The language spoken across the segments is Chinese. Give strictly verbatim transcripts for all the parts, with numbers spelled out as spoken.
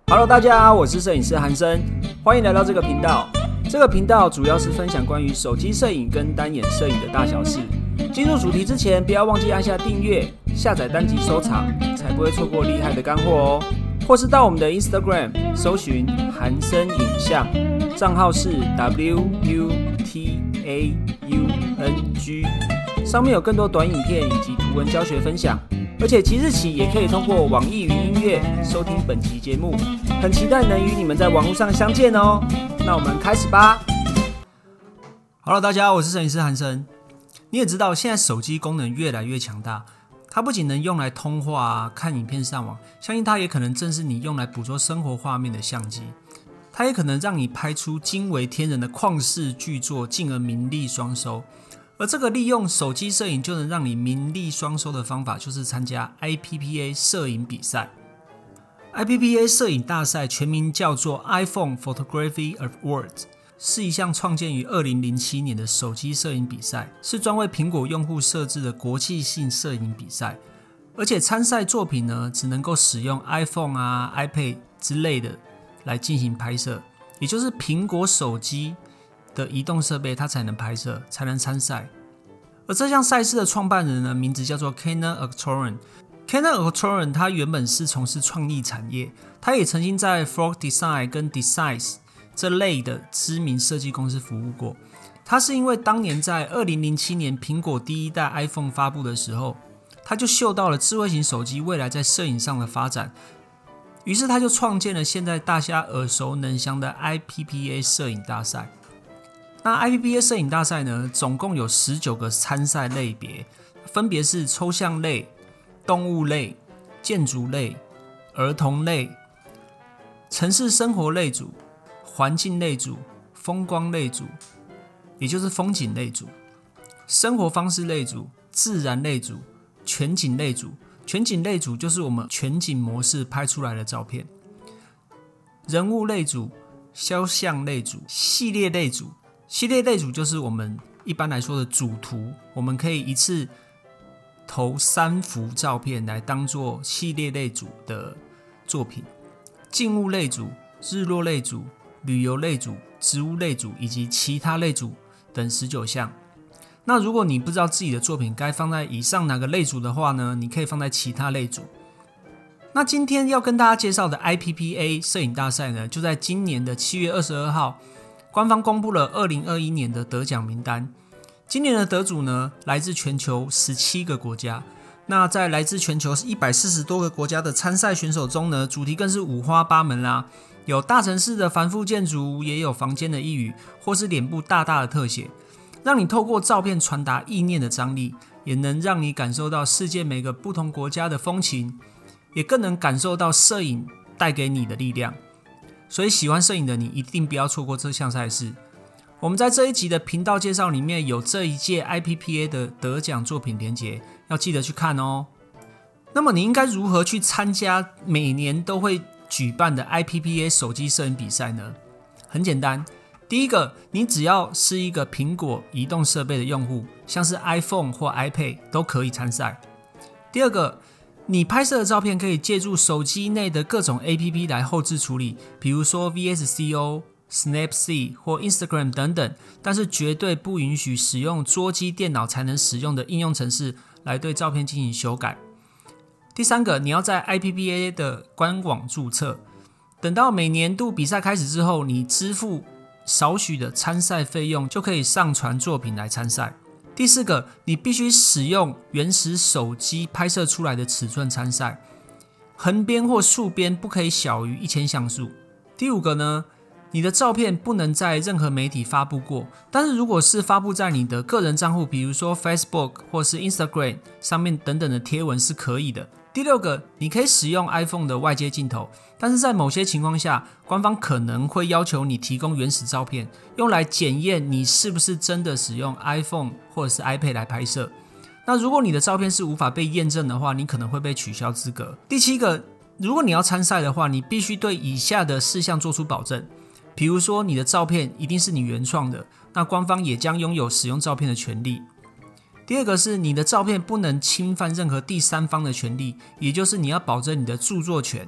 Hello， 大家好，我是摄影师韩生，欢迎来到这个频道。这个频道主要是分享关于手机摄影跟单眼摄影的大小事。进入主题之前，不要忘记按下订阅、下载单集收藏，才不会错过厉害的干货哦。或是到我们的 Instagram 搜寻韩生影像，账号是 W U T A U N G， 上面有更多短影片以及图文教学分享。而且即日起也可以通过网易云音乐收听本期节目，很期待能与你们在网络上相见哦。那我们开始吧。Hello， 大家好，我是摄影师韩生。你也知道，现在手机功能越来越强大，它不仅能用来通话啊、看影片上网，相信它也可能正是你用来捕捉生活画面的相机。它也可能让你拍出惊为天人的旷世巨作，进而名利双收。而这个利用手机摄影就能让你名利双收的方法，就是参加 I P P A 摄影比赛。I P P A 摄影大赛全名叫做 iPhone Photography Awards， 是一项创建于二零零七年的手机摄影比赛，是专为苹果用户设置的国际性摄影比赛。而且参赛作品呢，只能够使用 iPhone 啊、iPad 之类的来进行拍摄，也就是苹果手机的移动设备，它才能拍摄，才能参赛。而这项赛事的创办人呢，名字叫做 Kenan Aktoran。Kenan Aktoran 他原本是从事创意产业，他也曾经在 Frog Design 跟 Decize 这类的知名设计公司服务过。他是因为当年在二零零七年苹果第一代 iPhone 发布的时候，他就嗅到了智慧型手机未来在摄影上的发展，于是他就创建了现在大家耳熟能详的 I P P A 摄影大赛。那 I P P A 摄影大赛呢，总共有十九个参赛类别，分别是抽象类、动物类、建筑类、儿童类、城市生活类组、环境类组、风光类组，也就是风景类组、生活方式类组、自然类组、全景类组。全景类组就是我们全景模式拍出来的照片。人物类组、肖像类组、系列类组。系列类组就是我们一般来说的主图，我们可以一次投三幅照片来当做系列类组的作品。静物类组、日落类组、旅游类组、植物类组以及其他类组等十九项。那如果你不知道自己的作品该放在以上哪个类组的话呢，你可以放在其他类组。那今天要跟大家介绍的 I P P A 摄影大赛呢，就在今年的七月二十二号官方公布了二零二一年的得奖名单。今年的得主呢，来自全球十七个国家。那在来自全球一百四十多个国家的参赛选手中呢，主题更是五花八门啦，有大城市的繁复建筑，也有房间的一隅，或是脸部大大的特写，让你透过照片传达意念的张力，也能让你感受到世界每个不同国家的风情，也更能感受到摄影带给你的力量。所以喜欢摄影的你一定不要错过这项赛事。我们在这一集的频道介绍里面有这一届 I P P A 的得奖作品连结，要记得去看哦。那么你应该如何去参加每年都会举办的 I P P A 手机摄影比赛呢？很简单，第一个，你只要是一个苹果移动设备的用户，像是 iPhone 或 iPad 都可以参赛。第二个，你拍摄的照片可以借助手机内的各种 A P P 来后置处理，比如说 V S C O、Snapseed 或 Instagram 等等，但是绝对不允许使用桌机电脑才能使用的应用程式来对照片进行修改。第三个，你要在 I P P A 的官网注册，等到每年度比赛开始之后，你支付少许的参赛费用就可以上传作品来参赛。第四个，你必须使用原始手机拍摄出来的尺寸参赛，横边或竖边不可以小于一千像素。第五个呢，你的照片不能在任何媒体发布过，但是如果是发布在你的个人账户，比如说 Facebook 或是 Instagram 上面等等的贴文是可以的。第六个，你可以使用 iPhone 的外接镜头，但是在某些情况下，官方可能会要求你提供原始照片，用来检验你是不是真的使用 iPhone 或者是 iPad 来拍摄。那如果你的照片是无法被验证的话，你可能会被取消资格。第七个，如果你要参赛的话，你必须对以下的事项做出保证，比如说你的照片一定是你原创的，那官方也将拥有使用照片的权利。第二个是你的照片不能侵犯任何第三方的权利，也就是你要保证你的著作权。第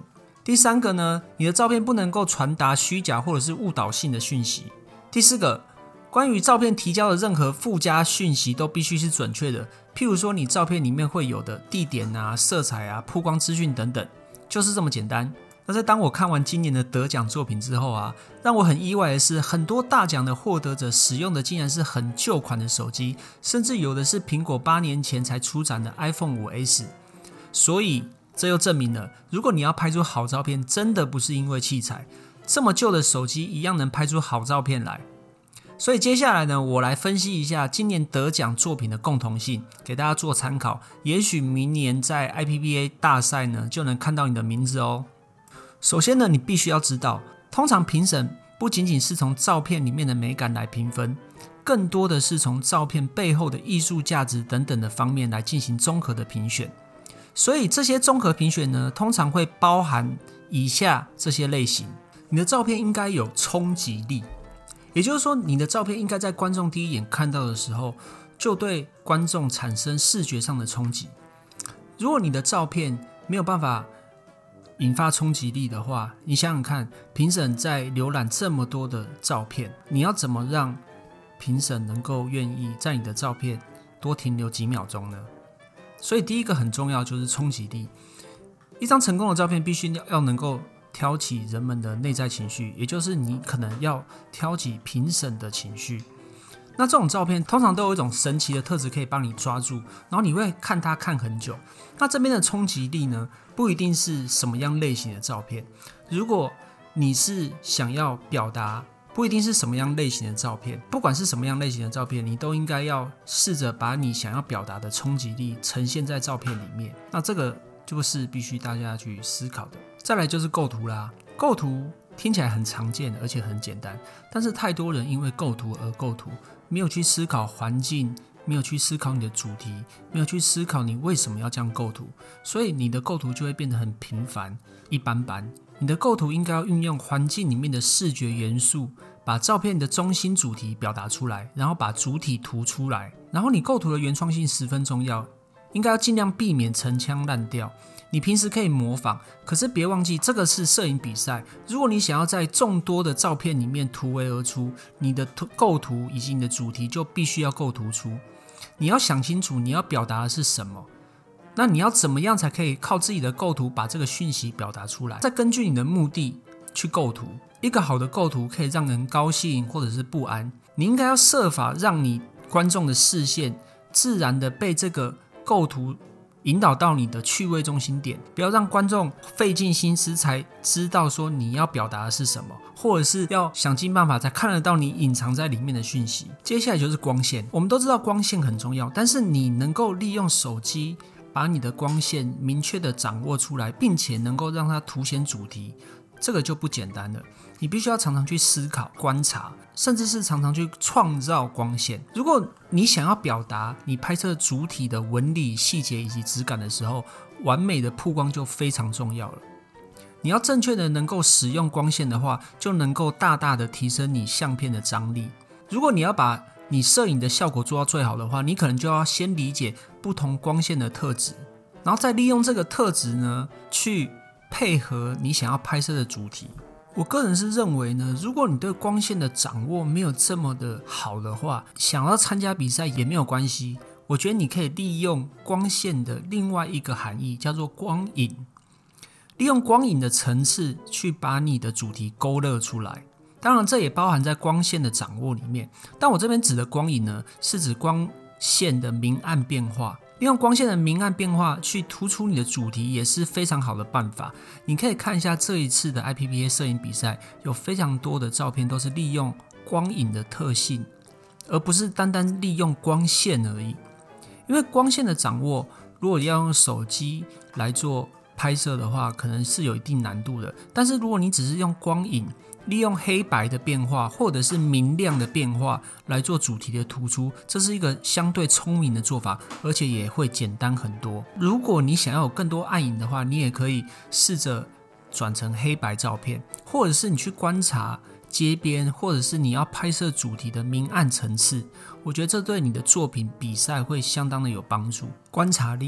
第三个呢，你的照片不能够传达虚假或者是误导性的讯息。第四个，关于照片提交的任何附加讯息都必须是准确的，譬如说你照片里面会有的地点啊、色彩啊、曝光资讯等等，就是这么简单。那在当我看完今年的得奖作品之后啊，让我很意外的是，很多大奖的获得者使用的竟然是很旧款的手机，甚至有的是苹果八年前才出展的 iPhone 五 S。 所以这又证明了，如果你要拍出好照片，真的不是因为器材，这么旧的手机一样能拍出好照片来。所以接下来呢，我来分析一下今年得奖作品的共同性，给大家做参考。也许明年在 I P P A 大赛呢，就能看到你的名字哦。首先呢，你必须要知道，通常评审不仅仅是从照片里面的美感来评分，更多的是从照片背后的艺术价值等等的方面来进行综合的评选。所以这些综合评选呢，通常会包含以下这些类型。你的照片应该有冲击力，也就是说，你的照片应该在观众第一眼看到的时候，就对观众产生视觉上的冲击。如果你的照片没有办法引发冲击力的话，你想想看，评审在浏览这么多的照片，你要怎么让评审能够愿意在你的照片多停留几秒钟呢？所以第一个很重要，就是冲击力。一张成功的照片必须要能够挑起人们的内在情绪，也就是你可能要挑起评审的情绪。那这种照片通常都有一种神奇的特质可以帮你抓住，然后你会看它看很久。那这边的冲击力呢，不一定是什么样类型的照片。如果你是想要表达，不一定是什么样类型的照片，不管是什么样类型的照片，你都应该要试着把你想要表达的冲击力呈现在照片里面。那这个就是必须大家去思考的。再来就是构图啦，构图听起来很常见，而且很简单，但是太多人因为构图而构图，没有去思考环境，没有去思考你的主题，没有去思考你为什么要这样构图，所以你的构图就会变得很平凡、一般般。你的构图应该要运用环境里面的视觉元素，把照片的中心主题表达出来，然后把主体涂出来。然后你构图的原创性十分重要，应该要尽量避免陈腔滥调。你平时可以模仿，可是别忘记这个是摄影比赛。如果你想要在众多的照片里面突围而出，你的构图以及你的主题就必须要够突出。你要想清楚你要表达的是什么，那你要怎么样才可以靠自己的构图把这个讯息表达出来，再根据你的目的去构图。一个好的构图可以让人高兴或者是不安，你应该要设法让你观众的视线自然的被这个构图引导到你的趣味中心点，不要让观众费尽心思才知道说你要表达的是什么，或者是要想尽办法才看得到你隐藏在里面的讯息。接下来就是光线，我们都知道光线很重要，但是你能够利用手机把你的光线明确的掌握出来，并且能够让它凸显主题，这个就不简单了。你必须要常常去思考、观察，甚至是常常去创造光线。如果你想要表达你拍摄主体的纹理、细节以及质感的时候，完美的曝光就非常重要了。你要正确的能够使用光线的话，就能够大大的提升你相片的张力。如果你要把你摄影的效果做到最好的话，你可能就要先理解不同光线的特质，然后再利用这个特质呢，去配合你想要拍摄的主题。我个人是认为呢，如果你对光线的掌握没有这么的好的话，想要参加比赛也没有关系。我觉得你可以利用光线的另外一个含义，叫做光影，利用光影的层次去把你的主题勾勒出来。当然这也包含在光线的掌握里面，但我这边指的光影呢，是指光线的明暗变化。利用光线的明暗变化去突出你的主题也是非常好的办法。你可以看一下这一次的 I P P A 摄影比赛，有非常多的照片都是利用光影的特性，而不是单单利用光线而已。因为光线的掌握，如果要用手机来做拍摄的话，可能是有一定难度的。但是如果你只是用光影，利用黑白的变化或者是明亮的变化来做主题的突出，这是一个相对聪明的做法，而且也会简单很多。如果你想要有更多暗影的话，你也可以试着转成黑白照片，或者是你去观察街边，或者是你要拍摄主题的明暗层次，我觉得这对你的作品比赛会相当的有帮助。观察力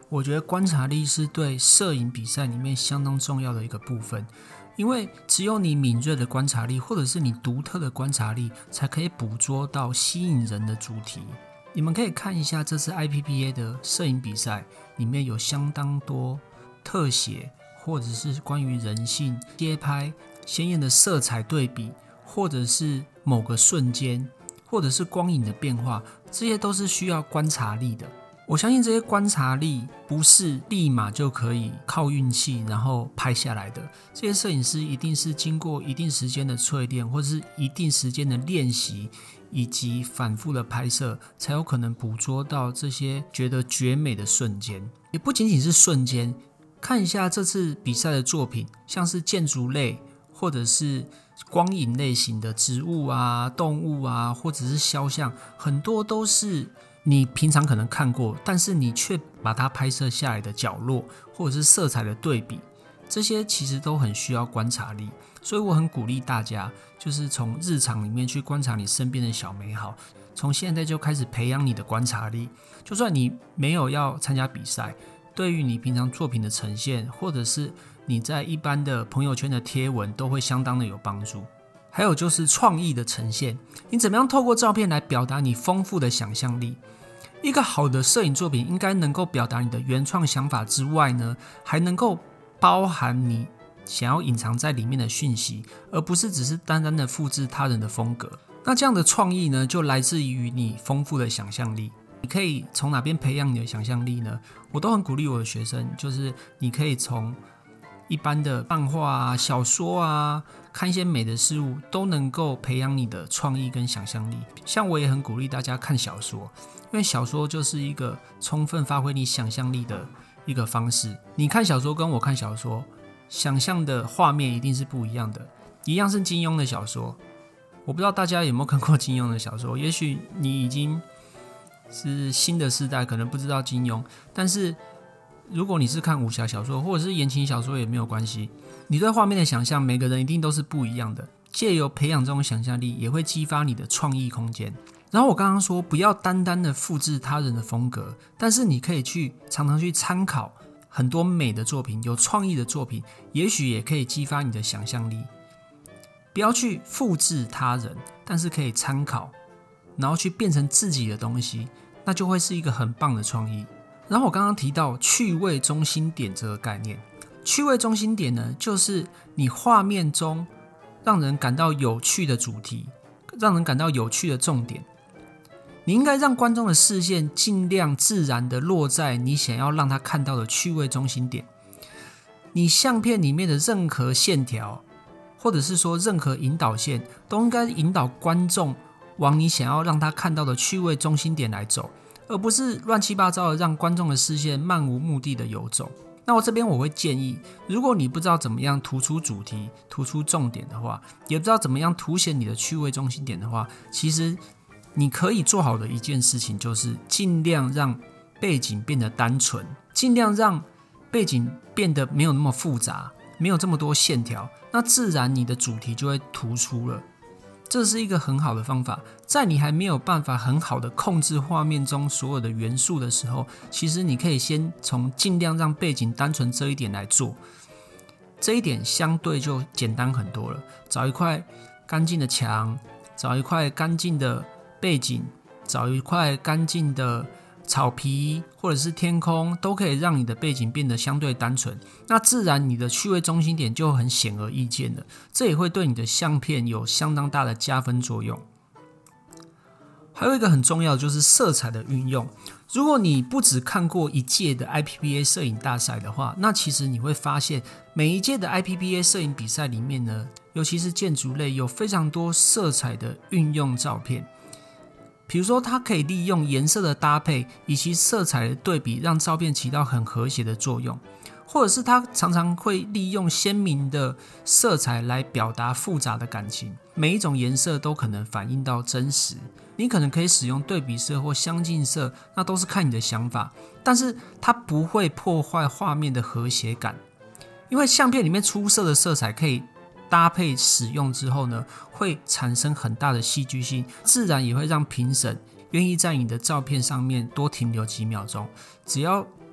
我觉得观察力是对摄影比赛里面相当重要的一个部分，因为只有你敏锐的观察力，或者是你独特的观察力，才可以捕捉到吸引人的主题。你们可以看一下这次 I P P A 的摄影比赛，里面有相当多特写，或者是关于人性、街拍、鲜艳的色彩对比，或者是某个瞬间，或者是光影的变化，这些都是需要观察力的。我相信这些观察力不是立马就可以靠运气然后拍下来的，这些摄影师一定是经过一定时间的淬炼，或者是一定时间的练习，以及反复的拍摄，才有可能捕捉到这些觉得绝美的瞬间。也不仅仅是瞬间，看一下这次比赛的作品，像是建筑类或者是光影类型的植物啊、动物啊，或者是肖像，很多都是你平常可能看过，但是你却把它拍摄下来的角落，或者是色彩的对比，这些其实都很需要观察力。所以我很鼓励大家，就是从日常里面去观察你身边的小美好，从现在就开始培养你的观察力。就算你没有要参加比赛，对于你平常作品的呈现，或者是你在一般的朋友圈的贴文，都会相当的有帮助。还有就是创意的呈现，你怎么样透过照片来表达你丰富的想象力？一个好的摄影作品应该能够表达你的原创想法之外呢，还能够包含你想要隐藏在里面的讯息，而不是只是单单的复制他人的风格。那这样的创意呢，就来自于你丰富的想象力。你可以从哪边培养你的想象力呢？我都很鼓励我的学生，就是你可以从一般的漫画啊、小说啊，看一些美的事物，都能够培养你的创意跟想象力。像我也很鼓励大家看小说，因为小说就是一个充分发挥你想象力的一个方式。你看小说跟我看小说，想象的画面一定是不一样的。一样是金庸的小说，我不知道大家有没有看过金庸的小说，也许你已经是新的世代，可能不知道金庸，但是如果你是看武侠小说或者是言情小说也没有关系，你对画面的想象，每个人一定都是不一样的。借由培养这种想象力，也会激发你的创意空间。然后我刚刚说，不要单单的复制他人的风格，但是你可以去常常去参考很多美的作品，有创意的作品，也许也可以激发你的想象力。不要去复制他人，但是可以参考，然后去变成自己的东西，那就会是一个很棒的创意。然后我刚刚提到趣味中心点这个概念，趣味中心点呢，就是你画面中让人感到有趣的主题，让人感到有趣的重点。你应该让观众的视线尽量自然的落在你想要让他看到的趣味中心点。你相片里面的任何线条，或者是说任何引导线，都应该引导观众往你想要让他看到的趣味中心点来走，而不是乱七八糟的让观众的视线漫无目的的游走。那我这边我会建议，如果你不知道怎么样突出主题、突出重点的话，也不知道怎么样凸显你的趣味中心点的话，其实你可以做好的一件事情，就是尽量让背景变得单纯，尽量让背景变得没有那么复杂，没有这么多线条，那自然你的主题就会突出了。这是一个很好的方法，在你还没有办法很好的控制画面中所有的元素的时候，其实你可以先从尽量让背景单纯这一点来做，这一点相对就简单很多了。找一块干净的墙，找一块干净的背景，找一块干净的草皮或者是天空，都可以让你的背景变得相对单纯，那自然你的趣味中心点就很显而易见了，这也会对你的相片有相当大的加分作用。还有一个很重要的就是色彩的运用。如果你不只看过一届的 I P P A 摄影大赛的话，那其实你会发现每一届的 I P P A 摄影比赛里面呢，尤其是建筑类，有非常多色彩的运用照片。比如说它可以利用颜色的搭配以及色彩的对比，让照片起到很和谐的作用，或者是它常常会利用鲜明的色彩来表达复杂的感情，每一种颜色都可能反映到真实。你可能可以使用对比色或相近色，那都是看你的想法，但是它不会破坏画面的和谐感，因为相片里面出色的色彩可以搭配使用之后呢，会产生很大的戏剧性，自然也会让评审愿意在你的照片上面多停留几秒钟。只要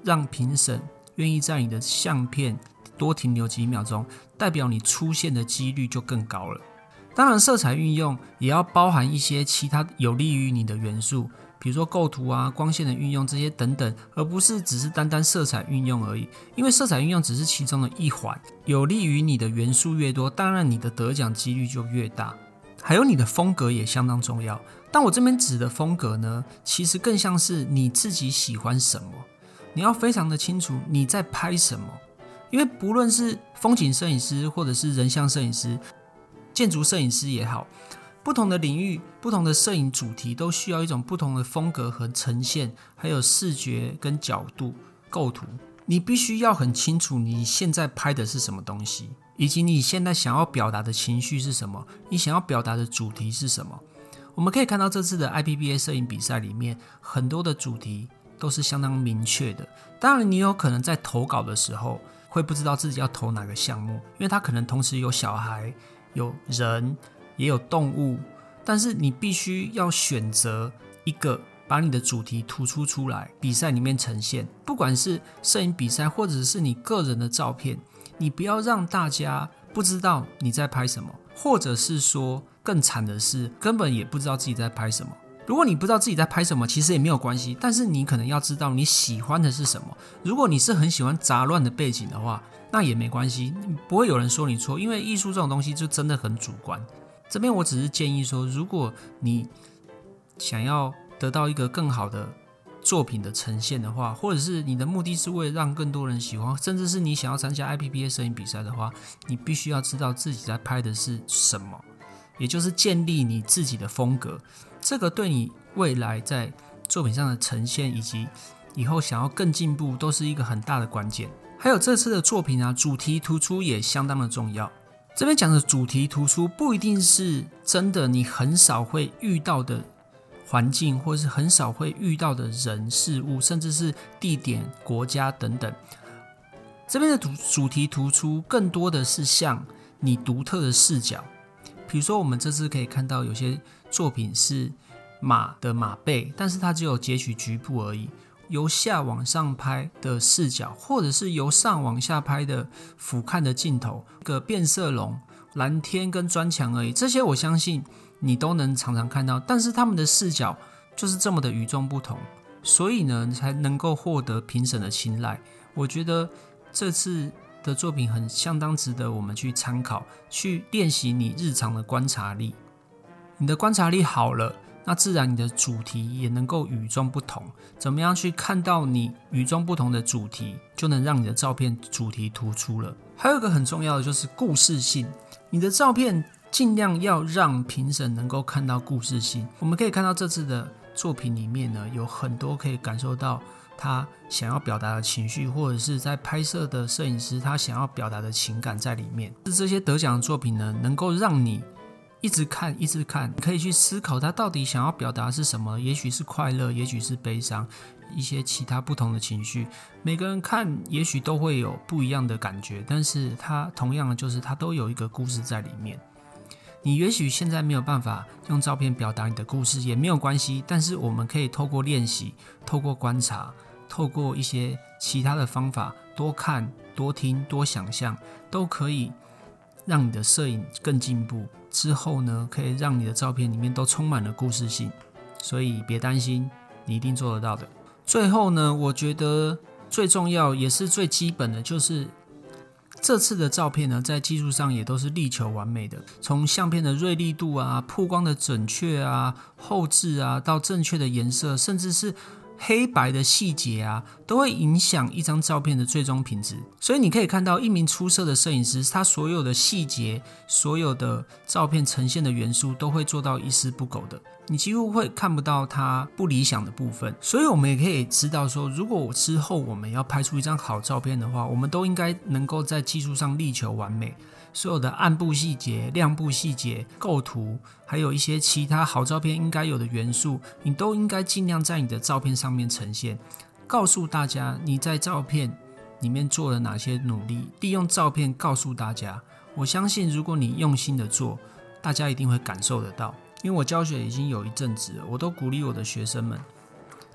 让评审愿意在你的相片多停留几秒钟，代表你出现的几率就更高了。当然色彩运用也要包含一些其他有利于你的元素，比如说构图啊、光线的运用这些等等，而不是只是单单色彩运用而已。因为色彩运用只是其中的一环，有利于你的元素越多，当然你的得奖几率就越大。还有你的风格也相当重要，但我这边指的风格呢，其实更像是你自己喜欢什么，你要非常的清楚你在拍什么。因为不论是风景摄影师或者是人像摄影师、建筑摄影师也好，不同的领域、不同的摄影主题都需要一种不同的风格和呈现，还有视觉跟角度、构图。你必须要很清楚你现在拍的是什么东西，以及你现在想要表达的情绪是什么，你想要表达的主题是什么。我们可以看到这次的 I P B A 摄影比赛里面，很多的主题都是相当明确的。当然你有可能在投稿的时候会不知道自己要投哪个项目，因为它可能同时有小孩、有人也有动物，但是你必须要选择一个把你的主题突出出来，比赛里面呈现。不管是摄影比赛或者是你个人的照片，你不要让大家不知道你在拍什么，或者是说更惨的是根本也不知道自己在拍什么。如果你不知道自己在拍什么，其实也没有关系，但是你可能要知道你喜欢的是什么。如果你是很喜欢杂乱的背景的话，那也没关系，不会有人说你错，因为艺术这种东西就真的很主观。这边我只是建议说，如果你想要得到一个更好的作品的呈现的话，或者是你的目的是为了让更多人喜欢，甚至是你想要参加 I P B A 摄影比赛的话，你必须要知道自己在拍的是什么，也就是建立你自己的风格。这个对你未来在作品上的呈现，以及以后想要更进步，都是一个很大的关键。还有这次的作品啊，主题突出也相当的重要。这边讲的主题突出，不一定是真的你很少会遇到的环境，或是很少会遇到的人事物，甚至是地点、国家等等。这边的主题突出更多的是像你独特的视角。比如说我们这次可以看到有些作品是马的马背，但是它只有截取局部而已，由下往上拍的视角，或者是由上往下拍的俯瞰的镜头，一个变色龙、蓝天跟砖墙而已，这些我相信你都能常常看到，但是他们的视角就是这么的与众不同，所以呢才能够获得评审的青睐。我觉得这次的作品很相当值得我们去参考，去练习你日常的观察力。你的观察力好了，那自然你的主题也能够与众不同。怎么样去看到你与众不同的主题，就能让你的照片主题突出了。还有一个很重要的就是故事性，你的照片尽量要让评审能够看到故事性。我们可以看到这次的作品里面呢，有很多可以感受到他想要表达的情绪，或者是在拍摄的摄影师他想要表达的情感在里面。这些得奖的作品呢，能够让你一直看一直看，可以去思考他到底想要表达的是什么，也许是快乐，也许是悲伤，一些其他不同的情绪。每个人看也许都会有不一样的感觉，但是他同样的就是他都有一个故事在里面。你也许现在没有办法用照片表达你的故事也没有关系，但是我们可以透过练习，透过观察，透过一些其他的方法，多看多听多想象，都可以让你的摄影更进步。之后呢，可以让你的照片里面都充满了故事性，所以别担心，你一定做得到的。最后呢，我觉得最重要也是最基本的，就是这次的照片呢，在技术上也都是力求完美的，从相片的锐利度啊、曝光的准确啊、后置啊，到正确的颜色，甚至是黑白的细节啊，都会影响一张照片的最终品质。所以你可以看到一名出色的摄影师，他所有的细节，所有的照片呈现的元素都会做到一丝不苟的，你几乎会看不到他不理想的部分。所以我们也可以知道说，如果之后我们要拍出一张好照片的话，我们都应该能够在技术上力求完美，所有的暗部细节、亮部细节、构图，还有一些其他好照片应该有的元素，你都应该尽量在你的照片上面呈现，告诉大家你在照片里面做了哪些努力，利用照片告诉大家。我相信如果你用心的做，大家一定会感受得到。因为我教学已经有一阵子了，我都鼓励我的学生们，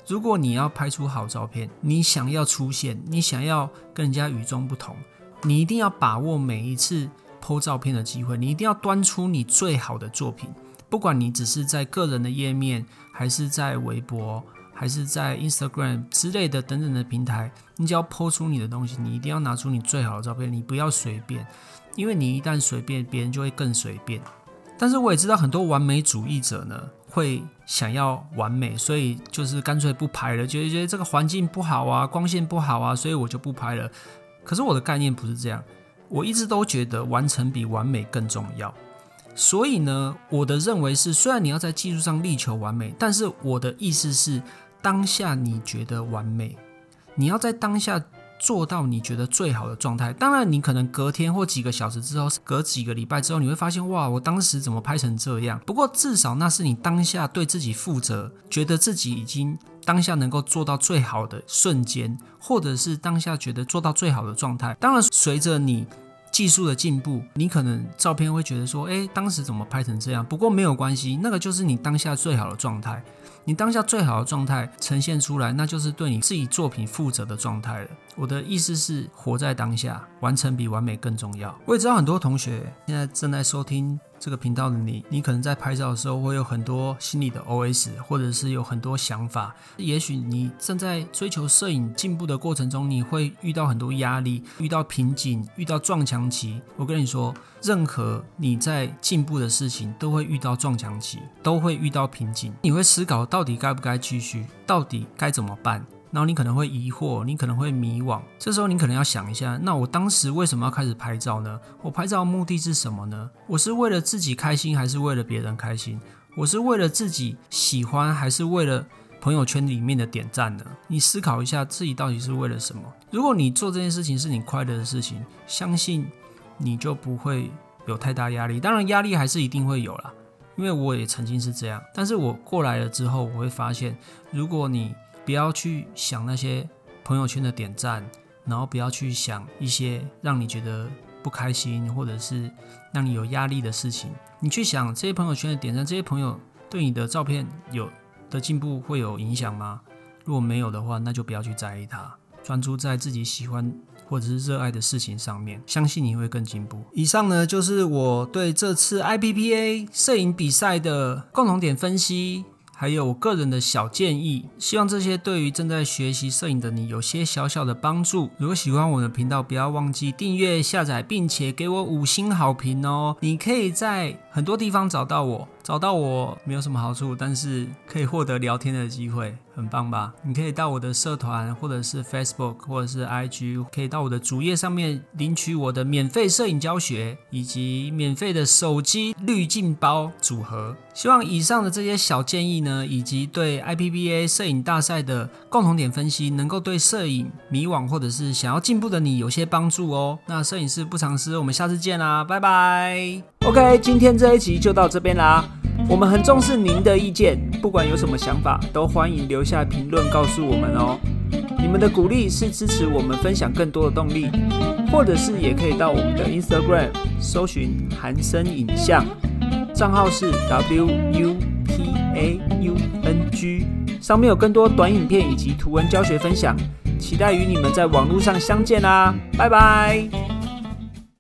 如果你要拍出好照片，你想要出现，你想要跟人家与众不同，你一定要把握每一次 po 照片的机会，你一定要端出你最好的作品，不管你只是在个人的页面，还是在微博，还是在 Instagram 之类的等等的平台，你只要 po 出你的东西，你一定要拿出你最好的照片，你不要随便，因为你一旦随便，别人就会更随便。但是我也知道很多完美主义者呢，会想要完美，所以就是干脆不拍了，觉得觉得这个环境不好啊，光线不好啊，所以我就不拍了。可是我的概念不是这样，我一直都觉得完成比完美更重要。所以呢，我的认为是，虽然你要在技术上力求完美，但是我的意思是，当下你觉得完美，你要在当下做到你觉得最好的状态。当然你可能隔天或几个小时之后，隔几个礼拜之后，你会发现，哇，我当时怎么拍成这样。不过至少那是你当下对自己负责，觉得自己已经当下能够做到最好的瞬间，或者是当下觉得做到最好的状态。当然随着你技术的进步，你可能照片会觉得说，诶，当时怎么拍成这样。不过没有关系，那个就是你当下最好的状态，你当下最好的状态呈现出来，那就是对你自己作品负责的状态了。我的意思是，活在当下，完成比完美更重要。我也知道很多同学现在正在收听这个频道的你，你可能在拍照的时候会有很多心里的 O S， 或者是有很多想法。也许你正在追求摄影进步的过程中，你会遇到很多压力，遇到瓶颈，遇到撞墙期。我跟你说，任何你在进步的事情都会遇到撞墙期，都会遇到瓶颈。你会思考到底该不该继续，到底该怎么办。然后你可能会疑惑，你可能会迷惘，这时候你可能要想一下，那我当时为什么要开始拍照呢？我拍照的目的是什么呢？我是为了自己开心，还是为了别人开心？我是为了自己喜欢，还是为了朋友圈里面的点赞呢？你思考一下自己到底是为了什么。如果你做这件事情是你快乐的事情，相信你就不会有太大压力。当然压力还是一定会有啦，因为我也曾经是这样。但是我过来了之后，我会发现，如果你不要去想那些朋友圈的点赞，然后不要去想一些让你觉得不开心或者是让你有压力的事情，你去想这些朋友圈的点赞，这些朋友对你的照片有的进步会有影响吗？如果没有的话，那就不要去在意它，专注在自己喜欢或者是热爱的事情上面，相信你会更进步。以上呢，就是我对这次 I P P A 摄影比赛的共同点分析，还有我个人的小建议，希望这些对于正在学习摄影的你有些小小的帮助。如果喜欢我的频道，不要忘记订阅、下载，并且给我五星好评哦。你可以在很多地方找到我，找到我没有什么好处，但是可以获得聊天的机会，很棒吧？你可以到我的社团，或者是 Facebook， 或者是 I G， 可以到我的主页上面领取我的免费摄影教学，以及免费的手机滤镜包组合。希望以上的这些小建议呢，以及对 I P P A 摄影大赛的共同点分析，能够对摄影迷惘或者是想要进步的你有些帮助哦。那摄影师不藏私，我们下次见啦，拜拜。OK， 今天这一集就到这边啦。我们很重视您的意见，不管有什么想法，都欢迎留下评论告诉我们哦。你们的鼓励是支持我们分享更多的动力，或者是也可以到我们的 Instagram 搜寻韩生影像，账号是 W U P A U N G， 上面有更多短影片以及图文教学分享，期待与你们在网络上相见啦，拜拜。